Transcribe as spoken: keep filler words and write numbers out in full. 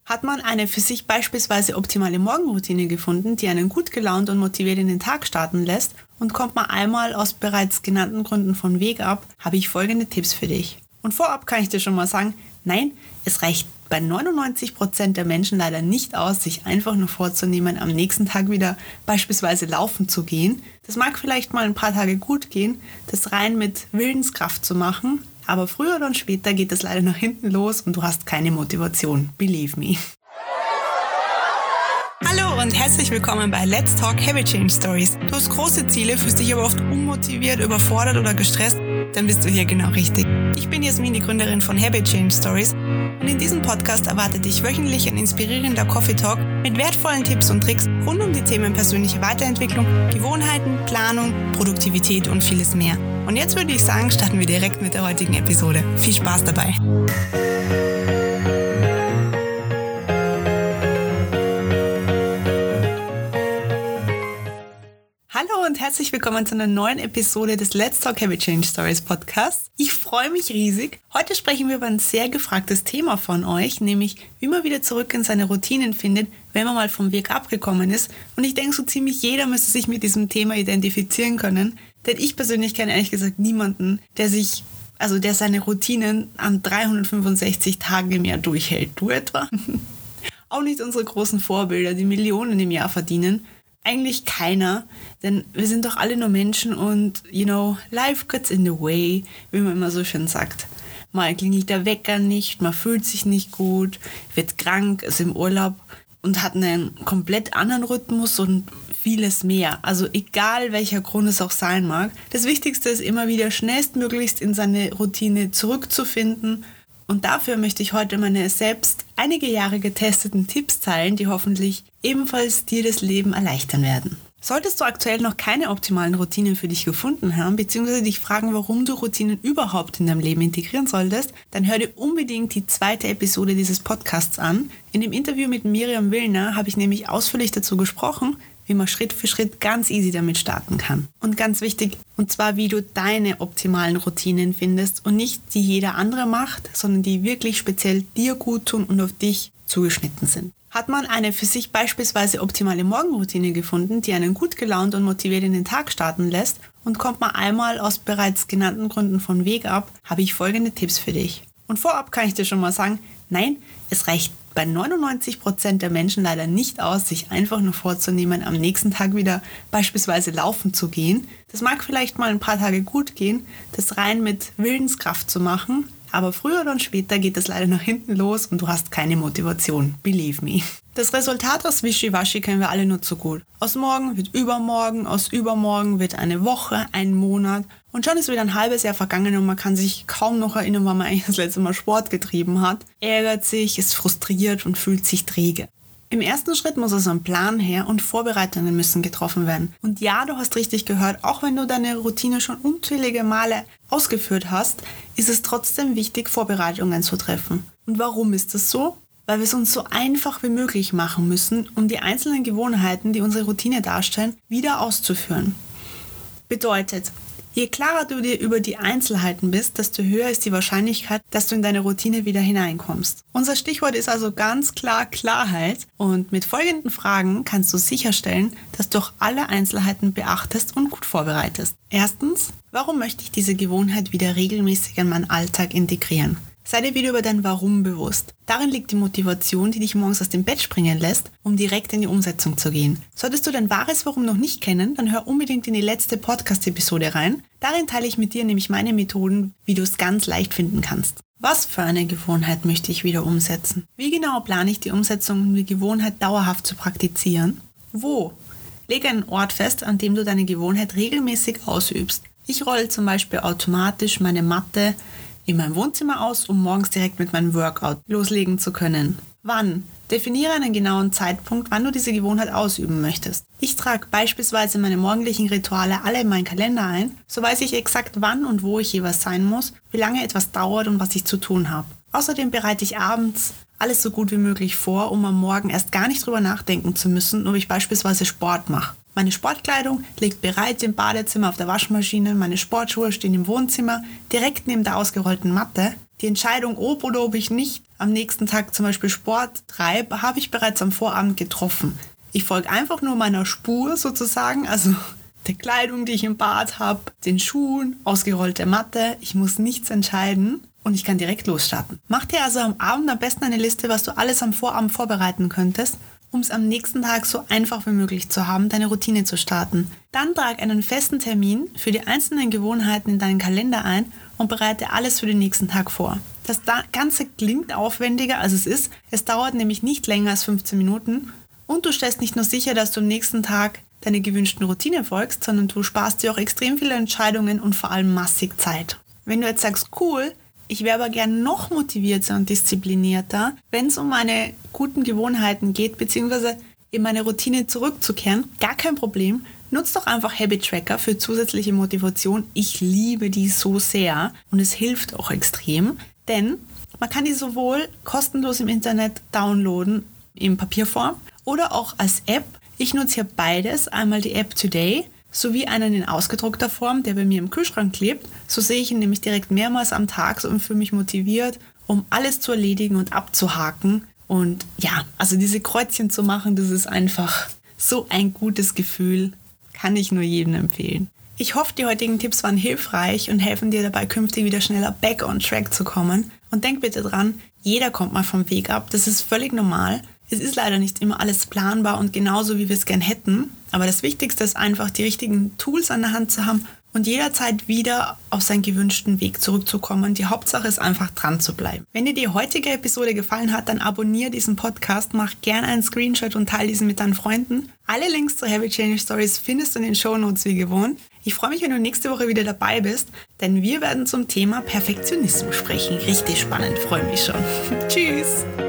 Hat man eine für sich beispielsweise optimale Morgenroutine gefunden, die einen gut gelaunt und motiviert in den Tag starten lässt, und kommt man einmal aus bereits genannten Gründen von Weg ab, habe ich folgende Tipps für dich. Und vorab kann ich dir schon mal sagen, nein, es reicht bei neunundneunzig Prozent der Menschen leider nicht aus, sich einfach nur vorzunehmen, am nächsten Tag wieder beispielsweise laufen zu gehen. Das mag vielleicht mal ein paar Tage gut gehen, das rein mit Willenskraft zu machen, aber früher oder später geht es leider nach hinten los und du hast keine Motivation. Believe me. Hallo und herzlich willkommen bei Let's Talk Habit Change Stories. Du hast große Ziele, fühlst dich aber oft unmotiviert, überfordert oder gestresst, dann bist du hier genau richtig. Ich bin Jasmin, die Gründerin von Habit Change Stories, und in diesem Podcast erwartet dich wöchentlich ein inspirierender Coffee Talk mit wertvollen Tipps und Tricks rund um die Themen persönliche Weiterentwicklung, Gewohnheiten, Planung, Produktivität und vieles mehr. Und jetzt würde ich sagen, starten wir direkt mit der heutigen Episode. Viel Spaß dabei! Hallo und herzlich willkommen zu einer neuen Episode des Let's Talk Habit Change Stories Podcasts. Ich freue mich riesig. Heute sprechen wir über ein sehr gefragtes Thema von euch, nämlich wie man wieder zurück in seine Routinen findet, wenn man mal vom Weg abgekommen ist. Und ich denke, so ziemlich jeder müsste sich mit diesem Thema identifizieren können, denn ich persönlich kenne ehrlich gesagt niemanden, der sich, also der seine Routinen an dreihundertfünfundsechzig Tagen im Jahr durchhält. Du etwa? Auch nicht unsere großen Vorbilder, die Millionen im Jahr verdienen. Eigentlich keiner, denn wir sind doch alle nur Menschen und, you know, life gets in the way, wie man immer so schön sagt. Mal klingelt der Wecker nicht, man fühlt sich nicht gut, wird krank, ist im Urlaub und hat einen komplett anderen Rhythmus und vieles mehr. Also egal welcher Grund es auch sein mag, das Wichtigste ist immer wieder schnellstmöglichst in seine Routine zurückzufinden. Und dafür möchte ich heute meine selbst einige Jahre getesteten Tipps teilen, die hoffentlich ebenfalls dir das Leben erleichtern werden. Solltest du aktuell noch keine optimalen Routinen für dich gefunden haben, beziehungsweise dich fragen, warum du Routinen überhaupt in deinem Leben integrieren solltest, dann hör dir unbedingt die zweite Episode dieses Podcasts an. In dem Interview mit Miriam Willner habe ich nämlich ausführlich dazu gesprochen, wie man Schritt für Schritt ganz easy damit starten kann. Und ganz wichtig, und zwar wie du deine optimalen Routinen findest und nicht die jeder andere macht, sondern die wirklich speziell dir gut tun und auf dich zugeschnitten sind. Hat man eine für sich beispielsweise optimale Morgenroutine gefunden, die einen gut gelaunt und motiviert in den Tag starten lässt, und kommt man einmal aus bereits genannten Gründen von Weg ab, habe ich folgende Tipps für dich. Und vorab kann ich dir schon mal sagen, nein, es reicht bei neunundneunzig Prozent der Menschen leider nicht aus, sich einfach nur vorzunehmen, am nächsten Tag wieder beispielsweise laufen zu gehen. Das mag vielleicht mal ein paar Tage gut gehen, das rein mit Willenskraft zu machen, aber früher oder später geht es leider nach hinten los und du hast keine Motivation. Believe me. Das Resultat aus Wischiwaschi kennen wir alle nur zu gut. Aus morgen wird übermorgen, aus übermorgen wird eine Woche, ein Monat und schon ist wieder ein halbes Jahr vergangen und man kann sich kaum noch erinnern, wann man eigentlich das letzte Mal Sport getrieben hat, ärgert sich, ist frustriert und fühlt sich träge. Im ersten Schritt muss also ein Plan her und Vorbereitungen müssen getroffen werden. Und ja, du hast richtig gehört, auch wenn du deine Routine schon unzählige Male ausgeführt hast, ist es trotzdem wichtig, Vorbereitungen zu treffen. Und warum ist das so? Weil wir es uns so einfach wie möglich machen müssen, um die einzelnen Gewohnheiten, die unsere Routine darstellen, wieder auszuführen. Bedeutet, je klarer du dir über die Einzelheiten bist, desto höher ist die Wahrscheinlichkeit, dass du in deine Routine wieder hineinkommst. Unser Stichwort ist also ganz klar Klarheit, und mit folgenden Fragen kannst du sicherstellen, dass du auch alle Einzelheiten beachtest und gut vorbereitest. Erstens, warum möchte ich diese Gewohnheit wieder regelmäßig in meinen Alltag integrieren? Sei dir wieder über dein Warum bewusst. Darin liegt die Motivation, die dich morgens aus dem Bett springen lässt, um direkt in die Umsetzung zu gehen. Solltest du dein wahres Warum noch nicht kennen, dann hör unbedingt in die letzte Podcast-Episode rein. Darin teile ich mit dir nämlich meine Methoden, wie du es ganz leicht finden kannst. Was für eine Gewohnheit möchte ich wieder umsetzen? Wie genau plane ich die Umsetzung, um die Gewohnheit dauerhaft zu praktizieren? Wo? Lege einen Ort fest, an dem du deine Gewohnheit regelmäßig ausübst. Ich rolle zum Beispiel automatisch meine Matte in meinem Wohnzimmer aus, um morgens direkt mit meinem Workout loslegen zu können. Wann? Definiere einen genauen Zeitpunkt, wann du diese Gewohnheit ausüben möchtest. Ich trage beispielsweise meine morgendlichen Rituale alle in meinen Kalender ein, so weiß ich exakt wann und wo ich jeweils sein muss, wie lange etwas dauert und was ich zu tun habe. Außerdem bereite ich abends alles so gut wie möglich vor, um am Morgen erst gar nicht drüber nachdenken zu müssen, ob ich beispielsweise Sport mache. Meine Sportkleidung liegt bereit im Badezimmer auf der Waschmaschine, meine Sportschuhe stehen im Wohnzimmer, direkt neben der ausgerollten Matte. Die Entscheidung, ob oder ob ich nicht am nächsten Tag zum Beispiel Sport treibe, habe ich bereits am Vorabend getroffen. Ich folge einfach nur meiner Spur sozusagen, also der Kleidung, die ich im Bad habe, den Schuhen, ausgerollte Matte. Ich muss nichts entscheiden und ich kann direkt losstarten. Mach dir also am Abend am besten eine Liste, was du alles am Vorabend vorbereiten könntest, um es am nächsten Tag so einfach wie möglich zu haben, deine Routine zu starten. Dann trag einen festen Termin für die einzelnen Gewohnheiten in deinen Kalender ein und bereite alles für den nächsten Tag vor. Das Ganze klingt aufwendiger, als es ist. Es dauert nämlich nicht länger als fünfzehn Minuten und du stellst nicht nur sicher, dass du am nächsten Tag deine gewünschten Routine folgst, sondern du sparst dir auch extrem viele Entscheidungen und vor allem massig Zeit. Wenn du jetzt sagst, cool, ich wäre aber gern noch motivierter und disziplinierter, wenn es um meine guten Gewohnheiten geht, beziehungsweise in meine Routine zurückzukehren, gar kein Problem. Nutz doch einfach Habit Tracker für zusätzliche Motivation. Ich liebe die so sehr und es hilft auch extrem, denn man kann die sowohl kostenlos im Internet downloaden, in Papierform oder auch als App. Ich nutze hier beides, einmal die App Today sowie einen in ausgedruckter Form, der bei mir im Kühlschrank klebt. So sehe ich ihn nämlich direkt mehrmals am Tag so und fühle mich motiviert, um alles zu erledigen und abzuhaken. Und ja, also diese Kreuzchen zu machen, das ist einfach so ein gutes Gefühl. Kann ich nur jedem empfehlen. Ich hoffe, die heutigen Tipps waren hilfreich und helfen dir dabei, künftig wieder schneller back on track zu kommen. Und denk bitte dran, jeder kommt mal vom Weg ab. Das ist völlig normal. Es ist leider nicht immer alles planbar und genauso, wie wir es gern hätten. Aber das Wichtigste ist einfach, die richtigen Tools an der Hand zu haben und jederzeit wieder auf seinen gewünschten Weg zurückzukommen. Die Hauptsache ist einfach dran zu bleiben. Wenn dir die heutige Episode gefallen hat, dann abonniere diesen Podcast, mach gerne einen Screenshot und teile diesen mit deinen Freunden. Alle Links zu Habit Change Stories findest du in den Shownotes wie gewohnt. Ich freue mich, wenn du nächste Woche wieder dabei bist, denn wir werden zum Thema Perfektionismus sprechen. Richtig spannend, freue mich schon. Tschüss!